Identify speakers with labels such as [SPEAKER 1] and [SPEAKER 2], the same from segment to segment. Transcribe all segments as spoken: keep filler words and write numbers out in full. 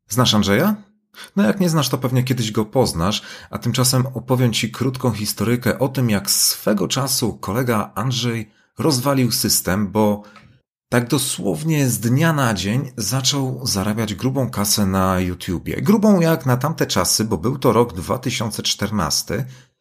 [SPEAKER 1] Znasz Andrzeja? No jak nie znasz, to pewnie kiedyś go poznasz, a tymczasem opowiem Ci krótką historyjkę o tym, jak swego czasu kolega Andrzej rozwalił system, bo tak dosłownie z dnia na dzień zaczął zarabiać grubą kasę na YouTubie. Grubą jak na tamte czasy, bo był to rok dwa tysiące czternasty,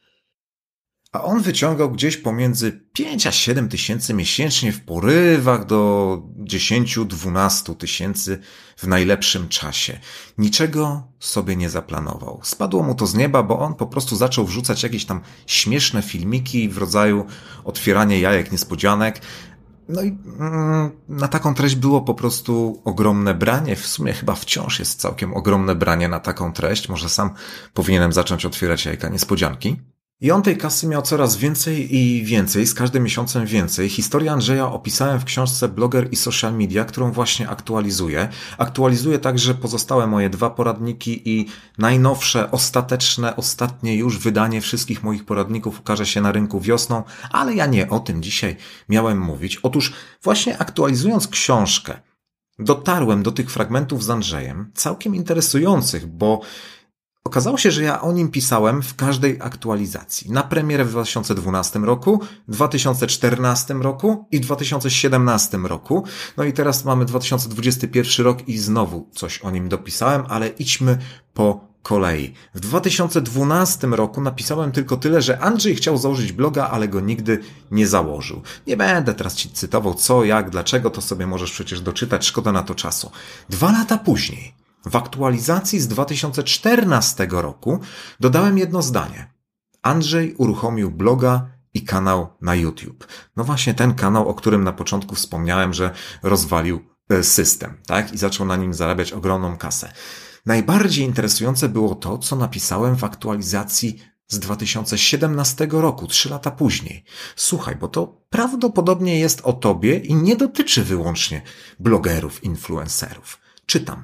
[SPEAKER 1] a on wyciągał gdzieś pomiędzy pięć a siedem tysięcy miesięcznie w porywach do dziesięć do dwunastu tysięcy w najlepszym czasie. Niczego sobie nie zaplanował. Spadło mu to z nieba, bo on po prostu zaczął wrzucać jakieś tam śmieszne filmiki w rodzaju otwieranie jajek niespodzianek. No i mm, na taką treść było po prostu ogromne branie. W sumie chyba wciąż jest całkiem ogromne branie na taką treść. Może sam powinienem zacząć otwierać jajka niespodzianki. I on tej kasy miał coraz więcej i więcej, z każdym miesiącem więcej. Historię Andrzeja opisałem w książce Bloger i Social Media, którą właśnie aktualizuję. Aktualizuję także pozostałe moje dwa poradniki i najnowsze, ostateczne, ostatnie już wydanie wszystkich moich poradników ukaże się na rynku wiosną, ale ja nie o tym dzisiaj miałem mówić. Otóż właśnie aktualizując książkę, dotarłem do tych fragmentów z Andrzejem, całkiem interesujących, bo okazało się, że ja o nim pisałem w każdej aktualizacji. Na premierę w dwa tysiące dwunastym roku, dwa tysiące czternastym roku i dwa tysiące siedemnastym roku. No i teraz mamy dwa tysiące dwudziesty pierwszy rok i znowu coś o nim dopisałem, ale idźmy po kolei. W dwa tysiące dwunastym roku napisałem tylko tyle, że Andrzej chciał założyć bloga, ale go nigdy nie założył. Nie będę teraz Ci cytował co, jak, dlaczego, to sobie możesz przecież doczytać, szkoda na to czasu. Dwa lata później, w aktualizacji z dwa tysiące czternastego roku dodałem jedno zdanie. Andrzej uruchomił bloga i kanał na YouTube. No właśnie ten kanał, o którym na początku wspomniałem, że rozwalił system, tak? I zaczął na nim zarabiać ogromną kasę. Najbardziej interesujące było to, co napisałem w aktualizacji z dwa tysiące siedemnastego roku, trzy lata później. Słuchaj, bo to prawdopodobnie jest o tobie i nie dotyczy wyłącznie blogerów, influencerów. Czytam.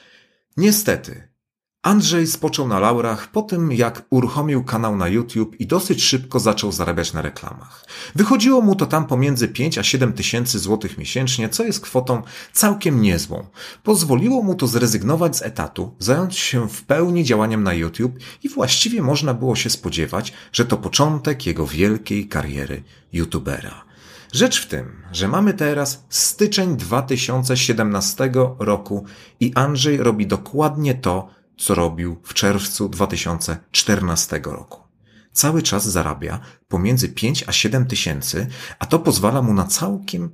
[SPEAKER 1] Niestety, Andrzej spoczął na laurach po tym, jak uruchomił kanał na YouTube i dosyć szybko zaczął zarabiać na reklamach. Wychodziło mu to tam pomiędzy pięć a siedem tysięcy złotych miesięcznie, co jest kwotą całkiem niezłą. Pozwoliło mu to zrezygnować z etatu, zająć się w pełni działaniem na YouTube i właściwie można było się spodziewać, że to początek jego wielkiej kariery YouTubera. Rzecz w tym, że mamy teraz styczeń dwa tysiące siedemnastego roku i Andrzej robi dokładnie to, co robił w czerwcu dwa tysiące czternastego roku. Cały czas zarabia pomiędzy pięć a siedem tysięcy, a to pozwala mu na całkiem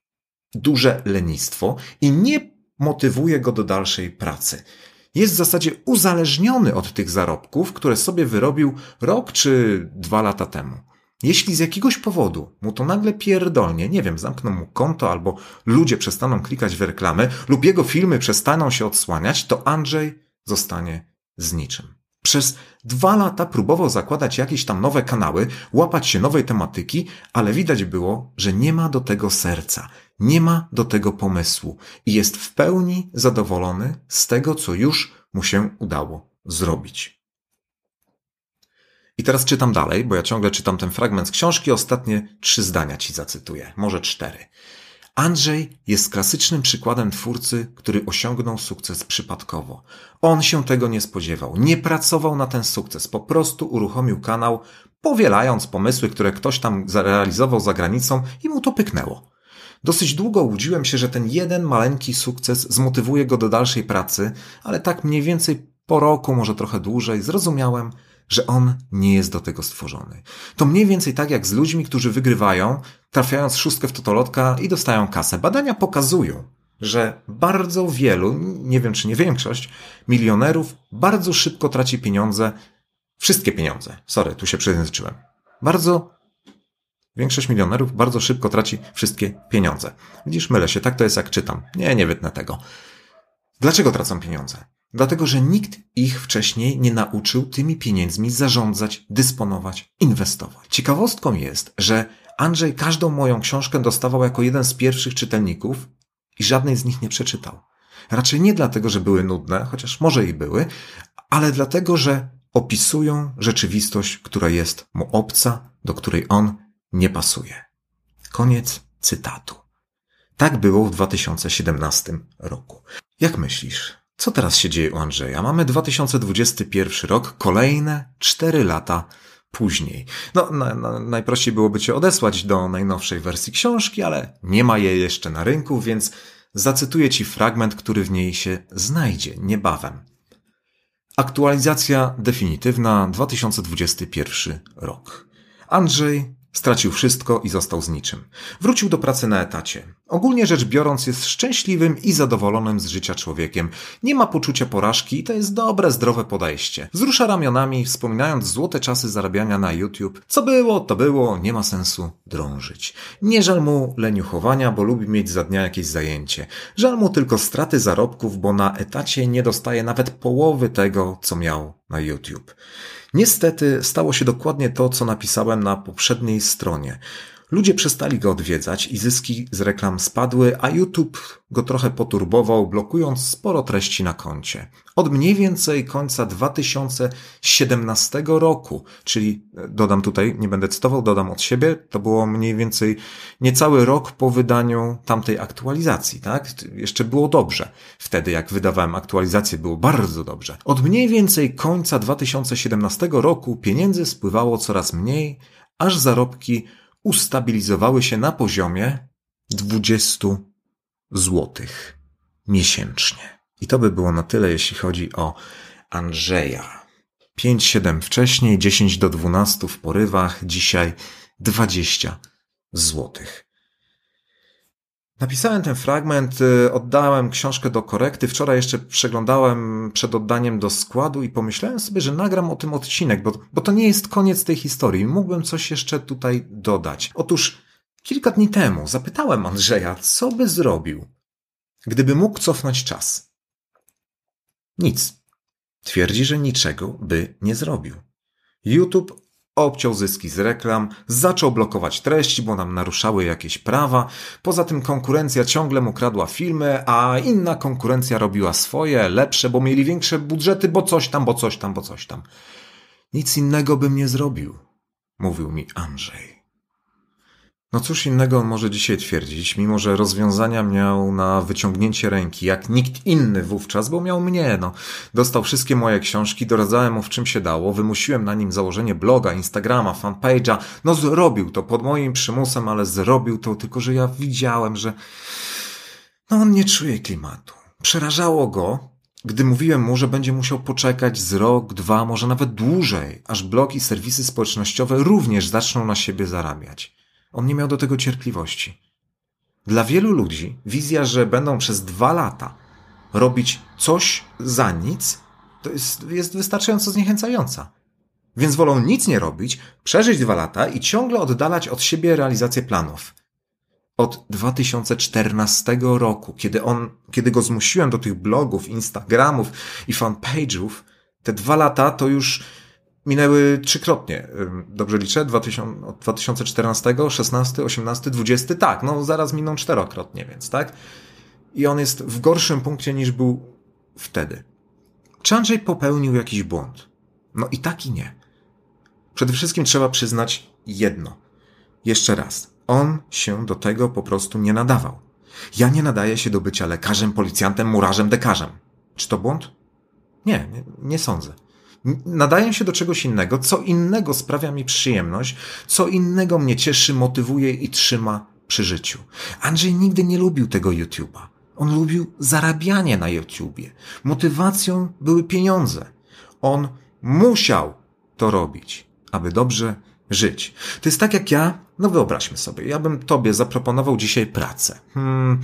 [SPEAKER 1] duże lenistwo i nie motywuje go do dalszej pracy. Jest w zasadzie uzależniony od tych zarobków, które sobie wyrobił rok czy dwa lata temu. Jeśli z jakiegoś powodu mu to nagle pierdolnie, nie wiem, zamkną mu konto albo ludzie przestaną klikać w reklamy lub jego filmy przestaną się odsłaniać, to Andrzej zostanie z niczym. Przez dwa lata próbował zakładać jakieś tam nowe kanały, łapać się nowej tematyki, ale widać było, że nie ma do tego serca, nie ma do tego pomysłu i jest w pełni zadowolony z tego, co już mu się udało zrobić. I teraz czytam dalej, bo ja ciągle czytam ten fragment z książki, ostatnie trzy zdania ci zacytuję, może cztery. Andrzej jest klasycznym przykładem twórcy, który osiągnął sukces przypadkowo. On się tego nie spodziewał, nie pracował na ten sukces, po prostu uruchomił kanał, powielając pomysły, które ktoś tam realizował za granicą i mu to pyknęło. Dosyć długo łudziłem się, że ten jeden maleńki sukces zmotywuje go do dalszej pracy, ale tak mniej więcej po roku, może trochę dłużej, zrozumiałem, że on nie jest do tego stworzony. To mniej więcej tak jak z ludźmi, którzy wygrywają, trafiając szóstkę w totolotka i dostają kasę. Badania pokazują, że bardzo wielu, nie wiem czy nie większość, milionerów bardzo szybko traci pieniądze, wszystkie pieniądze. Sorry, tu się przejęzyczyłem. Bardzo, większość milionerów bardzo szybko traci wszystkie pieniądze. Widzisz, mylę się, tak to jest jak czytam. Nie, nie wytnę tego. Dlaczego tracą pieniądze? Dlatego, że nikt ich wcześniej nie nauczył tymi pieniędzmi zarządzać, dysponować, inwestować. Ciekawostką jest, że Andrzej każdą moją książkę dostawał jako jeden z pierwszych czytelników i żadnej z nich nie przeczytał. Raczej nie dlatego, że były nudne, chociaż może i były, ale dlatego, że opisują rzeczywistość, która jest mu obca, do której on nie pasuje. Koniec cytatu. Tak było w dwa tysiące siedemnastym roku. Jak myślisz, Co teraz się dzieje u Andrzeja? Mamy dwa tysiące dwudziesty pierwszy rok, kolejne cztery lata później. No, na, na, najprościej byłoby cię odesłać do najnowszej wersji książki, ale nie ma jej jeszcze na rynku, więc zacytuję ci fragment, który w niej się znajdzie niebawem. Aktualizacja definitywna, dwa tysiące dwudziesty pierwszy rok. Andrzej stracił wszystko i został z niczym. Wrócił do pracy na etacie. Ogólnie rzecz biorąc jest szczęśliwym i zadowolonym z życia człowiekiem. Nie ma poczucia porażki i to jest dobre, zdrowe podejście. Wzrusza ramionami, wspominając złote czasy zarabiania na YouTube. Co było, to było, nie ma sensu drążyć. Nie żal mu leniuchowania, bo lubi mieć za dnia jakieś zajęcie. Żal mu tylko straty zarobków, bo na etacie nie dostaje nawet połowy tego, co miał na YouTube. Niestety stało się dokładnie to, co napisałem na poprzedniej stronie. Ludzie przestali go odwiedzać i zyski z reklam spadły, a YouTube go trochę poturbował, blokując sporo treści na koncie. Od mniej więcej końca dwa tysiące siedemnastego roku, czyli dodam tutaj, nie będę cytował, dodam od siebie, to było mniej więcej niecały rok po wydaniu tamtej aktualizacji, tak? Jeszcze było dobrze. Wtedy jak wydawałem aktualizację, było bardzo dobrze. Od mniej więcej końca dwa tysiące siedemnastego roku pieniędzy spływało coraz mniej, aż zarobki ustabilizowały się na poziomie dwadzieścia złotych miesięcznie. I to by było na tyle, jeśli chodzi o Andrzeja. pięć siedem wcześniej, dziesięć do dwunastu w porywach, dzisiaj dwadzieścia złotych. Napisałem ten fragment, oddałem książkę do korekty, wczoraj jeszcze przeglądałem przed oddaniem do składu i pomyślałem sobie, że nagram o tym odcinek, bo, bo to nie jest koniec tej historii. Mógłbym coś jeszcze tutaj dodać. Otóż kilka dni temu zapytałem Andrzeja, co by zrobił, gdyby mógł cofnąć czas. Nic. Twierdzi, że niczego by nie zrobił. YouTube obciął zyski z reklam, zaczął blokować treści, bo nam naruszały jakieś prawa. Poza tym konkurencja ciągle mu kradła filmy, a inna konkurencja robiła swoje, lepsze, bo mieli większe budżety, bo coś tam, bo coś tam, bo coś tam. Nic innego bym nie zrobił, mówił mi Andrzej. No cóż innego on może dzisiaj twierdzić, mimo że rozwiązania miał na wyciągnięcie ręki, jak nikt inny wówczas, bo miał mnie, no. Dostał wszystkie moje książki, doradzałem mu w czym się dało, wymusiłem na nim założenie bloga, Instagrama, fanpage'a, no zrobił to pod moim przymusem, ale zrobił to, tylko że ja widziałem, że no on nie czuje klimatu. Przerażało go, gdy mówiłem mu, że będzie musiał poczekać z rok, dwa, może nawet dłużej, aż blog i serwisy społecznościowe również zaczną na siebie zarabiać. On nie miał do tego cierpliwości. Dla wielu ludzi wizja, że będą przez dwa lata robić coś za nic, to jest, jest wystarczająco zniechęcająca. Więc wolą nic nie robić, przeżyć dwa lata i ciągle oddalać od siebie realizację planów. Od dwa tysiące czternastego roku, kiedy on, kiedy go zmusiłem do tych blogów, Instagramów i fanpage'ów, te dwa lata to już minęły trzykrotnie. Dobrze liczę? Od dwa tysiące czternastego, szesnastego, osiemnastego, dwudziestego, tak, no zaraz miną czterokrotnie, więc tak? I on jest w gorszym punkcie niż był wtedy. Czy Andrzej popełnił jakiś błąd? No i tak i nie. Przede wszystkim trzeba przyznać jedno. Jeszcze raz. On się do tego po prostu nie nadawał. Ja nie nadaję się do bycia lekarzem, policjantem, murarzem, dekarzem. Czy to błąd? Nie, nie, nie sądzę. Nadaję się do czegoś innego, co innego sprawia mi przyjemność, co innego mnie cieszy, motywuje i trzyma przy życiu. Andrzej nigdy nie lubił tego YouTube'a. On lubił zarabianie na YouTubie. Motywacją były pieniądze. On musiał to robić, aby dobrze żyć. To jest tak jak ja, no wyobraźmy sobie, ja bym tobie zaproponował dzisiaj pracę. Hmm,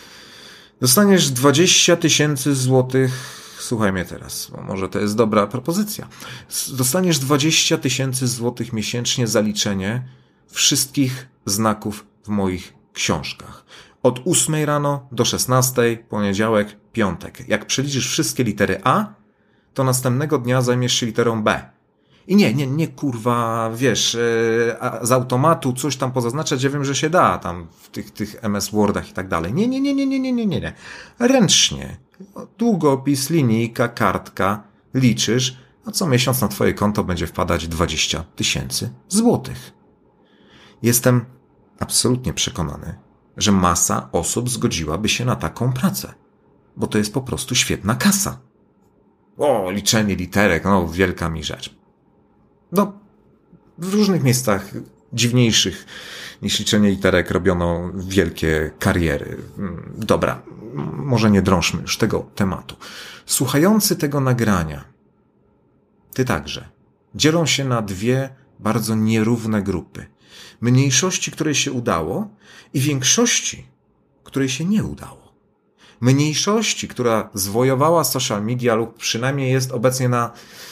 [SPEAKER 1] dostaniesz dwadzieścia tysięcy złotych. Słuchaj mnie teraz, bo może to jest dobra propozycja. Dostaniesz dwadzieścia tysięcy złotych miesięcznie za liczenie wszystkich znaków w moich książkach. Od ósmej rano do szesnastej, poniedziałek, piątek. Jak przeliczysz wszystkie litery A, to następnego dnia zajmiesz się literą B. I nie, nie, nie kurwa, wiesz, z automatu coś tam pozaznaczać, ja wiem, że się da tam w tych, tych M S Wordach i tak dalej. Nie, nie, nie, nie, nie, nie, nie, nie, nie. Ręcznie. Długopis, linijka, kartka, liczysz, a co miesiąc na twoje konto będzie wpadać dwadzieścia tysięcy złotych. Jestem absolutnie przekonany, że masa osób zgodziłaby się na taką pracę. bo to jest po prostu świetna kasa. O, liczenie literek, no wielka mi rzecz. No, w różnych miejscach dziwniejszych niż liczenie literek robiono wielkie kariery. Dobra, może nie drążmy już tego tematu. Słuchający tego nagrania, ty także, dzielą się na dwie bardzo nierówne grupy. Mniejszości, której się udało i większości, której się nie udało. Mniejszości, która zwojowała social media lub przynajmniej jest obecnie na,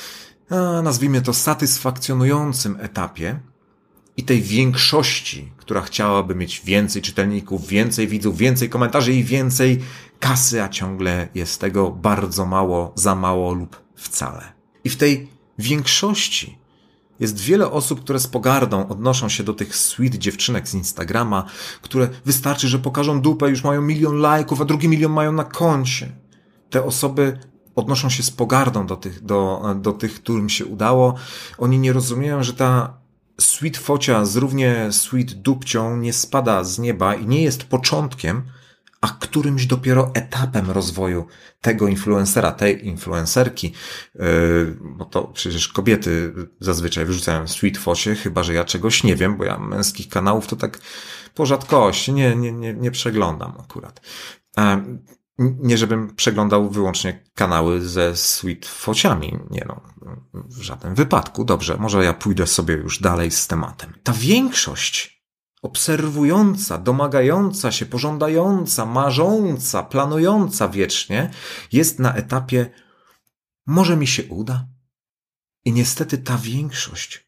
[SPEAKER 1] a, nazwijmy to, satysfakcjonującym etapie, i tej większości, która chciałaby mieć więcej czytelników, więcej widzów, więcej komentarzy i więcej kasy, a ciągle jest tego bardzo mało, za mało lub wcale. I w tej większości jest wiele osób, które z pogardą odnoszą się do tych sweet dziewczynek z Instagrama, które wystarczy, że pokażą dupę, już mają milion lajków, a drugi milion mają na koncie. Te osoby odnoszą się z pogardą do tych, do, do tych, którym się udało. Oni nie rozumieją, że ta sweet focia z równie sweet dupcią nie spada z nieba i nie jest początkiem, a którymś dopiero etapem rozwoju tego influencera, tej influencerki, yy, bo to przecież kobiety zazwyczaj wyrzucają sweet focie, chyba że ja czegoś nie wiem, bo ja męskich kanałów to tak po rzadkości nie, nie, nie, nie przeglądam akurat. Yy, Nie, żebym przeglądał wyłącznie kanały ze sweet fociami. Nie no, w żadnym wypadku. Dobrze, może ja pójdę sobie już dalej z tematem. Ta większość obserwująca, domagająca się, pożądająca, marząca, planująca wiecznie jest na etapie może mi się uda? I niestety ta większość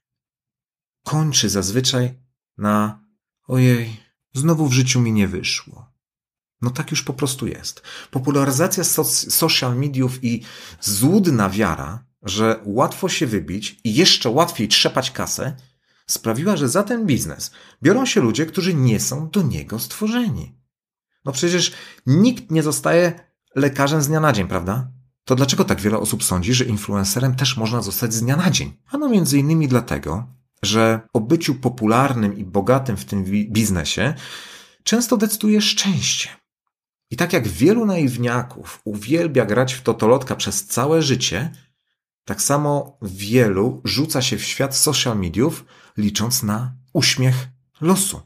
[SPEAKER 1] kończy zazwyczaj na ojej, znowu w życiu mi nie wyszło. No tak już po prostu jest. Popularyzacja soc- social mediów i złudna wiara, że łatwo się wybić i jeszcze łatwiej trzepać kasę, sprawiła, że za ten biznes biorą się ludzie, którzy nie są do niego stworzeni. No przecież nikt nie zostaje lekarzem z dnia na dzień, prawda? To dlaczego tak wiele osób sądzi, że influencerem też można zostać z dnia na dzień? Ano między innymi dlatego, że o byciu popularnym i bogatym w tym biznesie często decyduje szczęście. I tak jak wielu naiwniaków uwielbia grać w totolotka przez całe życie, tak samo wielu rzuca się w świat social mediów, licząc na uśmiech losu.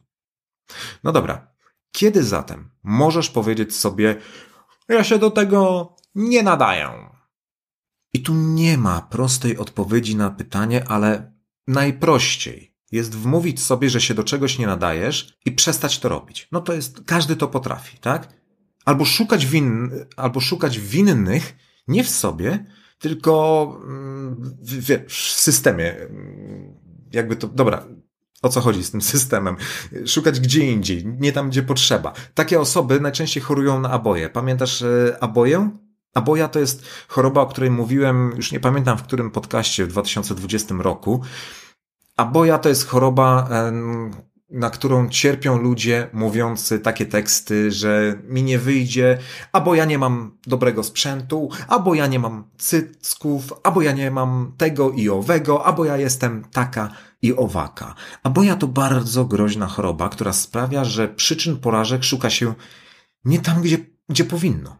[SPEAKER 1] No dobra, kiedy zatem możesz powiedzieć sobie, ja się do tego nie nadaję? I tu nie ma prostej odpowiedzi na pytanie, ale najprościej jest wmówić sobie, że się do czegoś nie nadajesz i przestać to robić. No to jest, każdy to potrafi, tak? Albo szukać win, albo szukać winnych nie w sobie, tylko w, w, w systemie. Jakby to, dobra, o co chodzi z tym systemem? Szukać gdzie indziej, nie tam, gdzie potrzeba. Takie osoby najczęściej chorują na aboje. Pamiętasz aboję? Aboja to jest choroba, o której mówiłem, już nie pamiętam w którym podcaście w dwa tysiące dwudziestym roku. Aboja to jest choroba, na którą cierpią ludzie mówiący takie teksty, że mi nie wyjdzie, albo ja nie mam dobrego sprzętu, albo ja nie mam cycków, albo ja nie mam tego i owego, albo ja jestem taka i owaka. Aboja to bardzo groźna choroba, która sprawia, że przyczyn porażek szuka się nie tam, gdzie, gdzie powinno.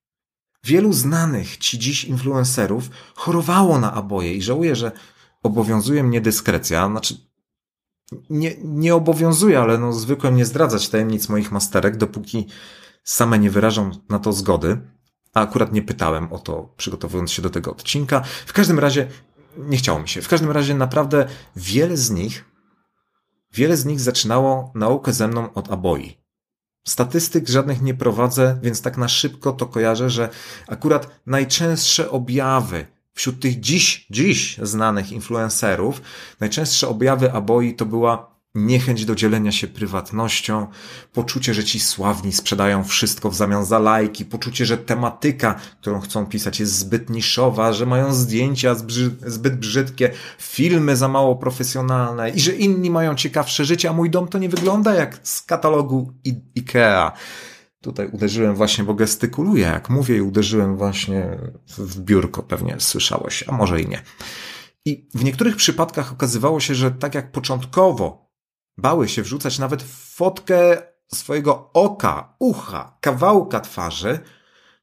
[SPEAKER 1] Wielu znanych ci dziś influencerów chorowało na aboje i żałuję, że obowiązuje mnie dyskrecja, znaczy Nie, nie obowiązuje, ale no zwykłem nie zdradzać tajemnic moich masterek, dopóki same nie wyrażą na to zgody, a akurat nie pytałem o to, przygotowując się do tego odcinka. W każdym razie, nie chciało mi się, w każdym razie naprawdę wiele z nich, wiele z nich zaczynało naukę ze mną od aboi. Statystyk żadnych nie prowadzę, więc tak na szybko to kojarzę, że akurat najczęstsze objawy wśród tych dziś, dziś znanych influencerów, najczęstsze objawy aboi to była niechęć do dzielenia się prywatnością, poczucie, że ci sławni sprzedają wszystko w zamian za lajki, poczucie, że tematyka, którą chcą pisać, jest zbyt niszowa, że mają zdjęcia zbyt brzydkie, filmy za mało profesjonalne i że inni mają ciekawsze życie, a mój dom to nie wygląda jak z katalogu Ikea. Tutaj uderzyłem właśnie, bo gestykuluję, jak mówię, i uderzyłem właśnie w biurko, pewnie słyszałeś, a może i nie. I w niektórych przypadkach okazywało się, że tak jak początkowo bały się wrzucać nawet fotkę swojego oka, ucha, kawałka twarzy,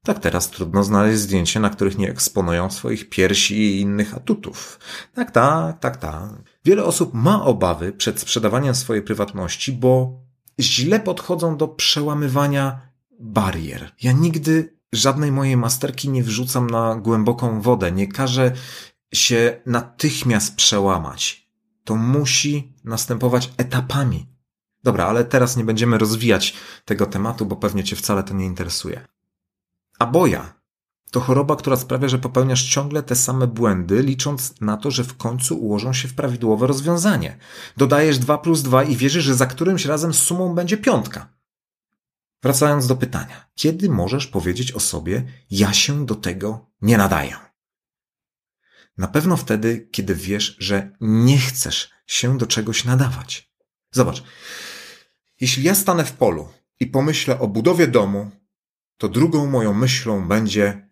[SPEAKER 1] Tak teraz trudno znaleźć zdjęcie, na których nie eksponują swoich piersi i innych atutów. Tak, tak, tak, tak. Wiele osób ma obawy przed sprzedawaniem swojej prywatności, bo źle podchodzą do przełamywania barier. Ja nigdy żadnej mojej masterki nie wrzucam na głęboką wodę, nie każę się natychmiast przełamać. To musi następować etapami. Dobra, ale teraz nie będziemy rozwijać tego tematu, bo pewnie cię wcale to nie interesuje. Aboja to choroba, która sprawia, że popełniasz ciągle te same błędy, licząc na to, że w końcu ułożą się w prawidłowe rozwiązanie. Dodajesz dwa plus dwa i wierzysz, że za którymś razem z sumą będzie piątka. Wracając do pytania, kiedy możesz powiedzieć o sobie, ja się do tego nie nadaję? Na pewno wtedy, kiedy wiesz, że nie chcesz się do czegoś nadawać. Zobacz, jeśli ja stanę w polu i pomyślę o budowie domu, to drugą moją myślą będzie: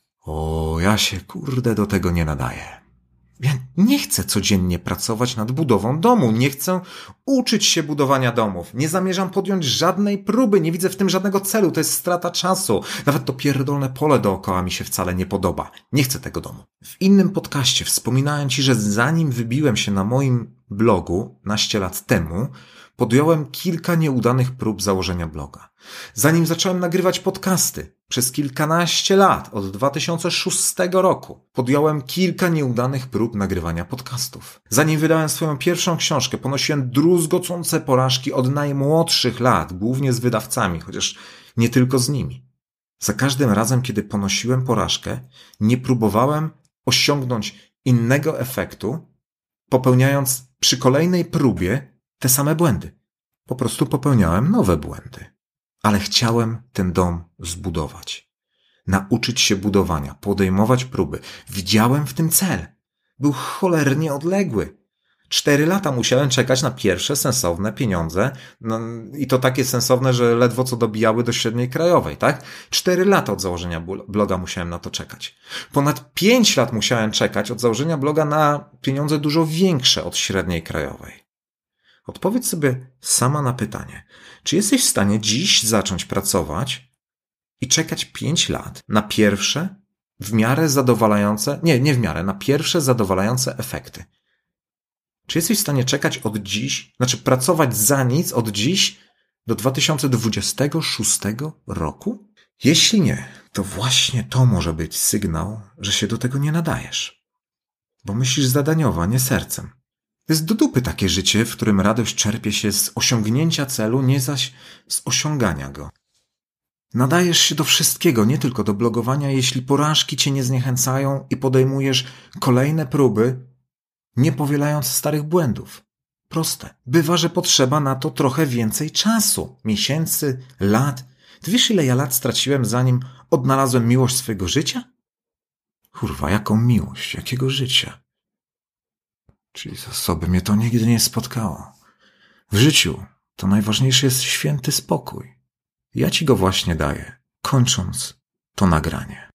[SPEAKER 1] o, ja się kurde do tego nie nadaję. Ja nie chcę codziennie pracować nad budową domu, nie chcę uczyć się budowania domów, nie zamierzam podjąć żadnej próby, nie widzę w tym żadnego celu, to jest strata czasu. Nawet to pierdolne pole dookoła mi się wcale nie podoba. Nie chcę tego domu. W innym podcaście wspominałem ci, że zanim wybiłem się na moim blogu naście lat temu, podjąłem kilka nieudanych prób założenia bloga. Zanim zacząłem nagrywać podcasty, przez kilkanaście lat, od dwa tysiące szóstego roku, podjąłem kilka nieudanych prób nagrywania podcastów. Zanim wydałem swoją pierwszą książkę, ponosiłem druzgocące porażki od najmłodszych lat, głównie z wydawcami, chociaż nie tylko z nimi. Za każdym razem, kiedy ponosiłem porażkę, nie próbowałem osiągnąć innego efektu, popełniając przy kolejnej próbie te same błędy. Po prostu popełniałem nowe błędy. Ale chciałem ten dom zbudować. Nauczyć się budowania, podejmować próby. Widziałem w tym cel. Był cholernie odległy. Cztery lata musiałem czekać na pierwsze sensowne pieniądze. No, i to takie sensowne, że ledwo co dobijały do średniej krajowej, tak? Cztery lata od założenia bloga musiałem na to czekać. Ponad pięć lat musiałem czekać od założenia bloga na pieniądze dużo większe od średniej krajowej. Odpowiedz sobie sama na pytanie, czy jesteś w stanie dziś zacząć pracować i czekać pięć lat na pierwsze, w miarę zadowalające, nie, nie w miarę, na pierwsze zadowalające efekty. Czy jesteś w stanie czekać od dziś, znaczy pracować za nic od dziś do dwa tysiące dwudziestego szóstego roku? Jeśli nie, to właśnie to może być sygnał, że się do tego nie nadajesz. Bo myślisz zadaniowo, a nie sercem. To jest do dupy takie życie, w którym radość czerpie się z osiągnięcia celu, nie zaś z osiągania go. Nadajesz się do wszystkiego, nie tylko do blogowania, jeśli porażki cię nie zniechęcają i podejmujesz kolejne próby, nie powielając starych błędów. Proste. Bywa, że potrzeba na to trochę więcej czasu. Miesięcy, lat. Ty wiesz, ile ja lat straciłem, zanim odnalazłem miłość swojego życia? Kurwa, jaką miłość? Jakiego życia? Czyli z osoby mnie to nigdy nie spotkało. W życiu to najważniejszy jest święty spokój. Ja ci go właśnie daję, kończąc to nagranie.